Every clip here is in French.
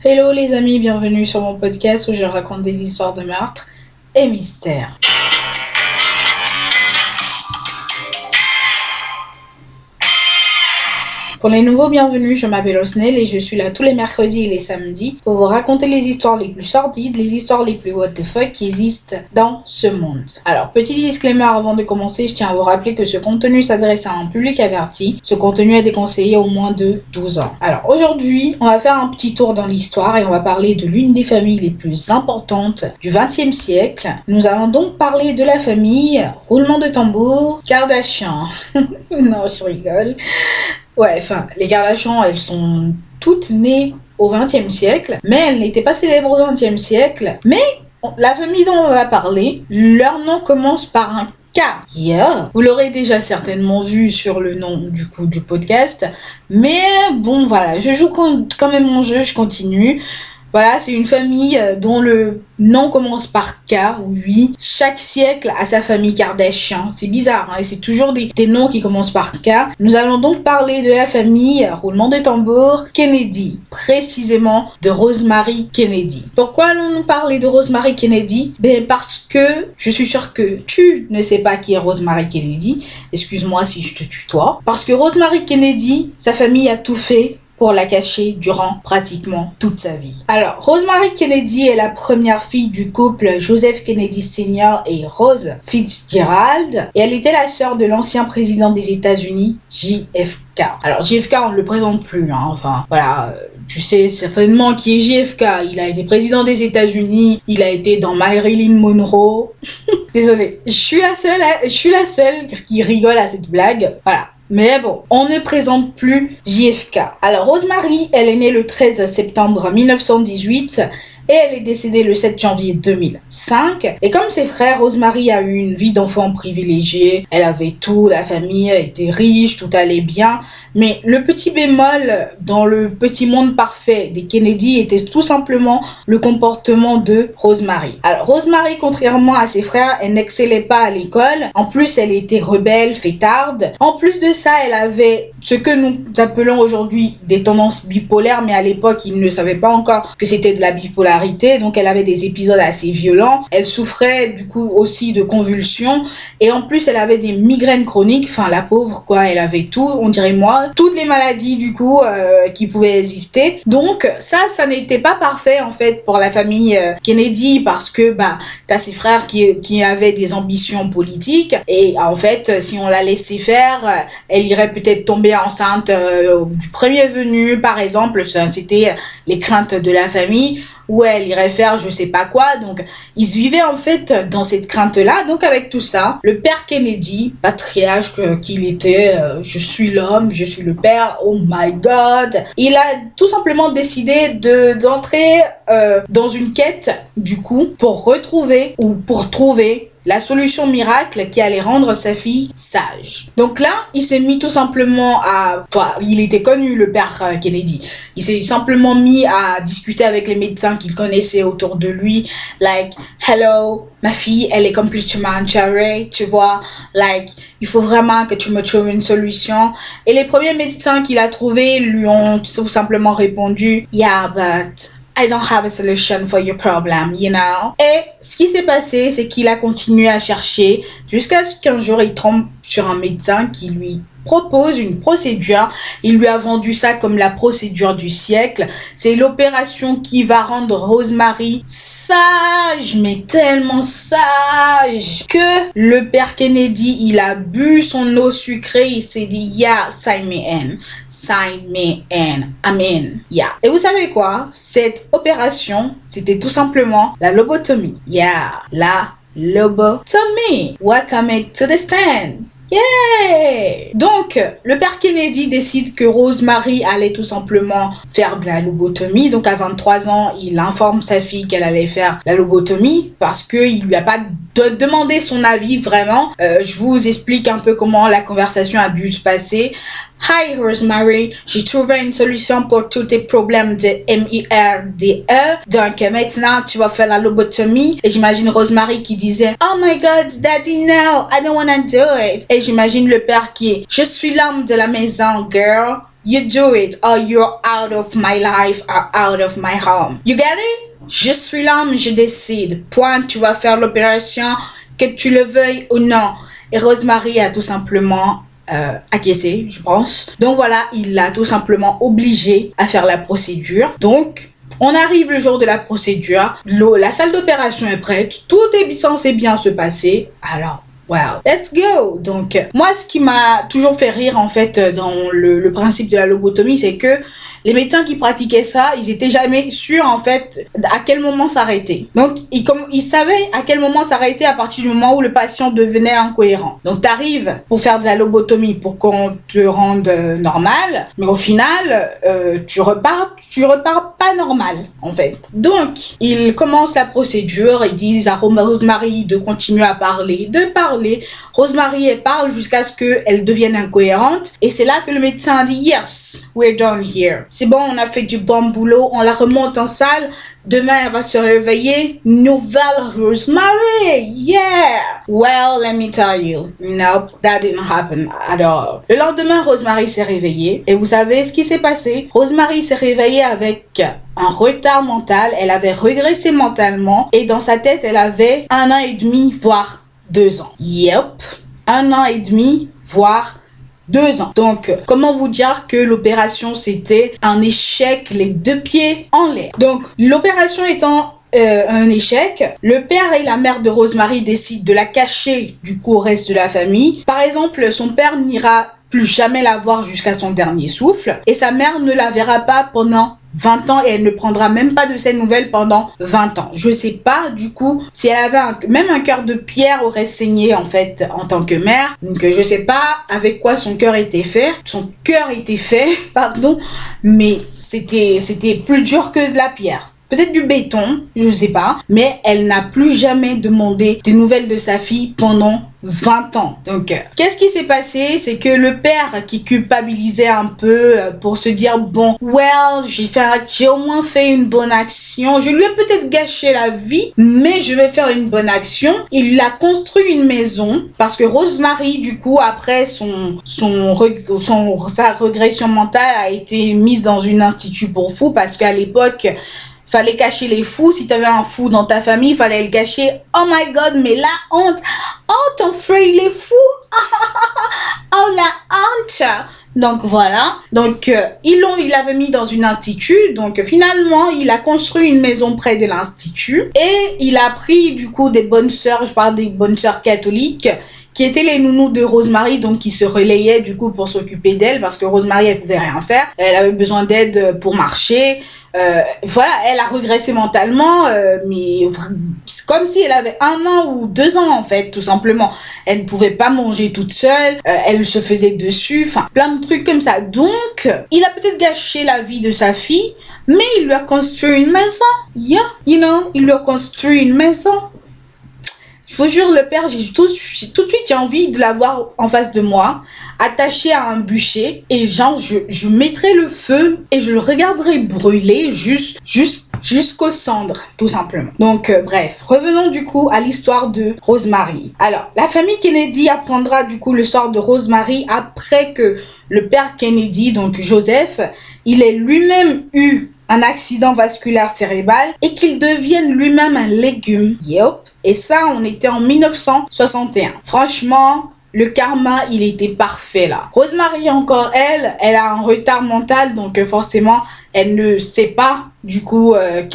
Hello les amis, bienvenue sur mon podcast où je raconte des histoires de meurtre et mystères. Pour les nouveaux bienvenus, je m'appelle Osnel et je suis là tous les mercredis et les samedis pour vous raconter les histoires les plus sordides, les histoires les plus what the fuck qui existent dans ce monde. Alors, petit disclaimer avant de commencer, je tiens à vous rappeler que ce contenu s'adresse à un public averti. Ce contenu est déconseillé au moins de 12 ans. Alors, aujourd'hui, on va faire un petit tour dans l'histoire et on va parler de l'une des familles les plus importantes du XXe siècle. Nous allons donc parler de la famille, roulement de tambour, Kardashian. Non, je rigole. Ouais, enfin, les Kardashian, elles sont toutes nées au XXe siècle, mais elles n'étaient pas célèbres au XXe siècle. Mais la famille dont on va parler, leur nom commence par un K. Yeah. Vous l'aurez déjà certainement vu sur le nom du podcast. Mais bon, voilà, je joue quand même mon jeu, je continue. Voilà, c'est une famille dont le nom commence par K, oui. Chaque siècle a sa famille Kardashian. C'est bizarre, hein, et c'est toujours des noms qui commencent par K. Nous allons donc parler de la famille, roulement de tambour, Kennedy. Précisément de Rosemary Kennedy. Pourquoi allons-nous parler de Rosemary Kennedy? Ben parce que je suis sûre que tu ne sais pas qui est Rosemary Kennedy. Excuse-moi si je te tutoie. Parce que Rosemary Kennedy, sa famille a tout fait pour la cacher durant pratiquement toute sa vie. Alors, Rosemary Kennedy est la première fille du couple Joseph Kennedy Sr. et Rose Fitzgerald, et elle était la sœur de l'ancien président des États-Unis, JFK. Alors, JFK, on ne le présente plus, hein, enfin, voilà, tu sais certainement qui est JFK, il a été président des États-Unis, il a été dans Marilyn Monroe. Désolée, je suis la seule qui rigole à cette blague, voilà. Mais bon, on ne présente plus JFK. Alors, Rosemary, elle est née le 13 septembre 1918 et elle est décédée le 7 janvier 2005. Et comme ses frères, Rosemary a eu une vie d'enfant privilégiée. Elle avait tout, la famille était riche, tout allait bien. Mais le petit bémol dans le petit monde parfait des Kennedy était tout simplement le comportement de Rosemary. Alors, Rosemary, contrairement à ses frères, elle n'excellait pas à l'école. En plus, elle était rebelle, fêtarde. En plus de ça, elle avait ce que nous appelons aujourd'hui des tendances bipolaires, mais à l'époque, ils ne savaient pas encore que c'était de la bipolarité. Donc, elle avait des épisodes assez violents. Elle souffrait du coup aussi de convulsions. Et en plus, elle avait des migraines chroniques. Enfin, la pauvre, quoi, elle avait tout, on dirait moi. Toutes les maladies du coup qui pouvaient exister. Donc ça n'était pas parfait en fait pour la famille Kennedy parce que t'as ses frères qui avaient des ambitions politiques et en fait si on la laissait faire, elle irait peut-être tomber enceinte du premier venu par exemple. C'était les craintes de la famille. Où elle irait faire je sais pas quoi. Donc ils vivaient en fait dans cette crainte là. Donc avec tout ça, le père Kennedy, patriarche qu'il était, je suis l'homme, je suis le père, oh my god, il a tout simplement décidé d'entrer dans une quête du coup pour retrouver ou pour trouver la solution miracle qui allait rendre sa fille sage. Donc là, il s'est mis tout simplement il était connu, le père Kennedy. Il s'est simplement mis à discuter avec les médecins qu'il connaissait autour de lui. Like, hello, ma fille, elle est complètement enterrée, tu vois. Like, il faut vraiment que tu me trouves une solution. Et les premiers médecins qu'il a trouvés lui ont tout simplement répondu, yeah, but I don't have a solution for your problem, you know. Et ce qui s'est passé, c'est qu'il a continué à chercher jusqu'à ce qu'un jour il tombe sur un médecin qui lui propose une procédure. Il lui a vendu ça comme la procédure du siècle. C'est l'opération qui va rendre Rosemary sage, mais tellement sage que le père Kennedy, il a bu son eau sucrée. Il s'est dit, yeah, sign me in, amen, yeah. Et vous savez quoi? Cette opération, c'était tout simplement la lobotomie. Yeah, la lobotomie. Welcome to the stand. Yeah! Donc, le père Kennedy décide que Rosemary allait tout simplement faire de la lobotomie. Donc, à 23 ans, il informe sa fille qu'elle allait faire la lobotomie parce qu'il lui a pas demandé son avis vraiment. Je vous explique un peu comment la conversation a dû se passer. Hi Rosemary, j'ai trouvé une solution pour tous tes problèmes de MIRDE. Donc maintenant tu vas faire la lobotomie. Et j'imagine Rosemary qui disait oh my god daddy no, I don't wanna do it. Et j'imagine le père qui est je suis l'homme de la maison girl. you do it or you're out of my life or out of my home. You get it? Je suis l'homme, je décide. Point, tu vas faire l'opération, que tu le veuilles ou non. Et Rosemary a tout simplement acquiescé, je pense. Donc voilà, il l'a tout simplement obligé à faire la procédure. Donc, on arrive le jour de la procédure. La salle d'opération est prête. Tout est censé bien se passer. Alors, wow, let's go. Donc, moi, ce qui m'a toujours fait rire, en fait, dans le principe de la lobotomie, c'est que les médecins qui pratiquaient ça, ils étaient jamais sûrs, en fait, à quel moment s'arrêter. Donc, ils savaient à quel moment s'arrêter à partir du moment où le patient devenait incohérent. Donc, t'arrives pour faire de la lobotomie pour qu'on te rende normal, mais au final, tu repars pas normal, en fait. Donc, ils commencent la procédure, ils disent à Rosemary de continuer à parler, Rosemary, elle parle jusqu'à ce qu'elle devienne incohérente, et c'est là que le médecin a dit, yes, we're done here. C'est bon, on a fait du bon boulot, on la remonte en salle. Demain, elle va se réveiller. Nouvelle Rosemary. Yeah. Well, let me tell you. Nope, that didn't happen at all. Le lendemain, Rosemary s'est réveillée. Et vous savez ce qui s'est passé? Rosemary s'est réveillée avec un retard mental. Elle avait régressé mentalement. Et dans sa tête, elle avait 1 an et demi, voire 2 ans. Yep. 1 an et demi, voire 2 ans. Donc, comment vous dire que l'opération, c'était un échec, les 2 pieds en l'air. Donc, l'opération étant un échec, le père et la mère de Rosemary décident de la cacher du coup au reste de la famille. Par exemple, son père n'ira plus jamais la voir jusqu'à son dernier souffle et sa mère ne la verra pas pendant 20 ans et elle ne prendra même pas de ses nouvelles pendant 20 ans. Je sais pas, du coup, si elle avait même un cœur de pierre aurait saigné, en fait, en tant que mère. Donc, je sais pas avec quoi son cœur était fait. Son cœur était fait, pardon, mais c'était plus dur que de la pierre. Peut-être du béton, je sais pas, mais elle n'a plus jamais demandé des nouvelles de sa fille pendant 20 ans. Donc, qu'est-ce qui s'est passé? C'est que le père qui culpabilisait un peu pour se dire, bon, well, j'ai au moins fait une bonne action. Je lui ai peut-être gâché la vie, mais je vais faire une bonne action. Il a construit une maison parce que Rosemary, du coup, après sa régression mentale a été mise dans une institut pour fous parce qu'à l'époque, fallait cacher les fous. Si t'avais un fou dans ta famille, fallait le cacher. Oh my god, mais la honte. Oh, ton frère, il est fou. Oh, la honte. Donc, voilà. Donc, il l'avait mis dans une institut. Donc, finalement, il a construit une maison près de l'institut. Et il a pris, du coup, des bonnes sœurs, je parle des bonnes sœurs catholiques, qui étaient les nounous de Rosemary, donc qui se relayaient, du coup, pour s'occuper d'elle, parce que Rosemary, elle pouvait rien faire. Elle avait besoin d'aide pour marcher. Voilà, elle a régressé mentalement, mais c'est comme si elle avait 1 an ou 2 ans en fait, tout simplement. Elle ne pouvait pas manger toute seule, elle se faisait dessus, enfin plein de trucs comme ça. Donc, il a peut-être gâché la vie de sa fille, mais il lui a construit une maison. Yeah, il lui a construit une maison. Je vous jure, le père, tout de suite, j'ai envie de l'avoir en face de moi, attaché à un bûcher, et genre, je mettrai le feu, et je le regarderai brûler jusqu'aux cendres, tout simplement. Donc, bref, revenons du coup à l'histoire de Rosemary. Alors, la famille Kennedy apprendra du coup le sort de Rosemary après que le père Kennedy, donc Joseph, il ait lui-même eu un accident vasculaire cérébral et qu'il devienne lui-même un légume. Yep. Et ça, on était en 1961. Franchement, le karma, il était parfait là. Rosemary, encore elle a un retard mental, donc forcément, elle ne sait pas du coup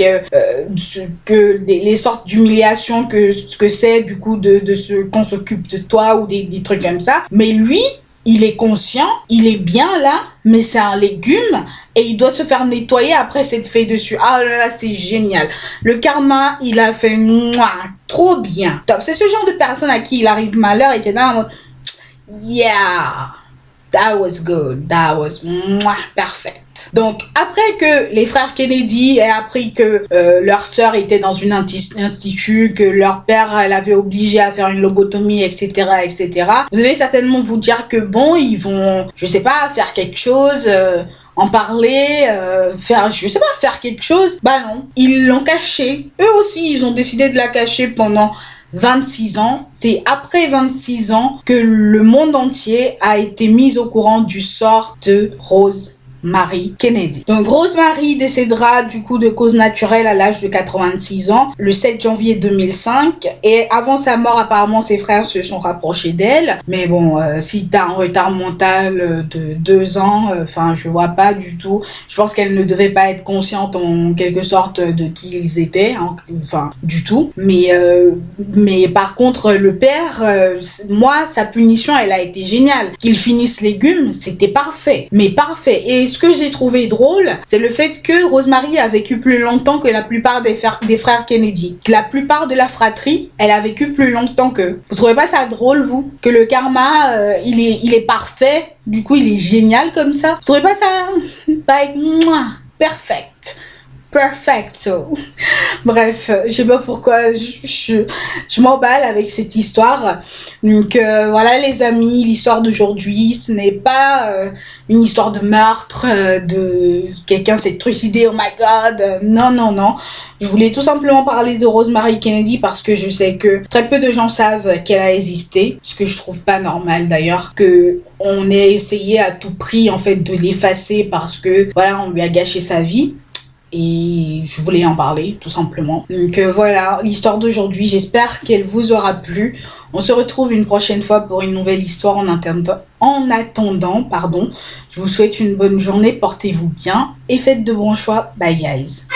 que les sortes d'humiliation ce que c'est du coup qu'on s'occupe de toi ou des trucs comme ça. Mais lui, il est conscient, il est bien là, mais c'est un légume et il doit se faire nettoyer après s'être fait dessus. Ah là là, c'est génial. Le karma, il a fait trop bien. Top. C'est ce genre de personne à qui il arrive malheur et qui est dans en mode yeah, that was good, that was parfait. Donc, après que les frères Kennedy aient appris que leur sœur était dans une institut, que leur père l'avait obligé à faire une lobotomie, etc., etc., vous allez certainement vous dire que bon, ils vont, je sais pas, faire quelque chose, en parler, faire quelque chose. Bah non, ils l'ont cachée. Eux aussi, ils ont décidé de la cacher pendant 26 ans. C'est après 26 ans que le monde entier a été mis au courant du sort de Rosemary Kennedy. Donc Rosemary décédera du coup de cause naturelle à l'âge de 86 ans le 7 janvier 2005 et avant sa mort apparemment ses frères se sont rapprochés d'elle, mais bon si t'as un retard mental de 2 ans, enfin je vois pas du tout, je pense qu'elle ne devait pas être consciente en quelque sorte de qui ils étaient, hein, enfin du tout, mais par contre le père, moi sa punition elle a été géniale, qu'il finisse légumes c'était parfait, mais parfait. Et ce que j'ai trouvé drôle, c'est le fait que Rosemary a vécu plus longtemps que la plupart des frères Kennedy. La plupart de la fratrie, elle a vécu plus longtemps qu'eux. Vous trouvez pas ça drôle, vous? Que le karma, il est parfait, du coup il est génial comme ça? Vous trouvez pas ça, like, perfect? Perfecto. Bref, je sais pas pourquoi je m'emballe avec cette histoire. Donc voilà les amis, l'histoire d'aujourd'hui, ce n'est pas une histoire de meurtre, de quelqu'un s'est trucidé, oh my god. Non, non, non. Je voulais tout simplement parler de Rosemary Kennedy parce que je sais que très peu de gens savent qu'elle a existé, ce que je trouve pas normal d'ailleurs, que on ait essayé à tout prix en fait de l'effacer parce que voilà, on lui a gâché sa vie. Et je voulais en parler tout simplement. Donc voilà l'histoire d'aujourd'hui, j'espère qu'elle vous aura plu. On se retrouve une prochaine fois pour une nouvelle histoire. En attendant, je vous souhaite une bonne journée, portez-vous bien et faites de bons choix. Bye guys.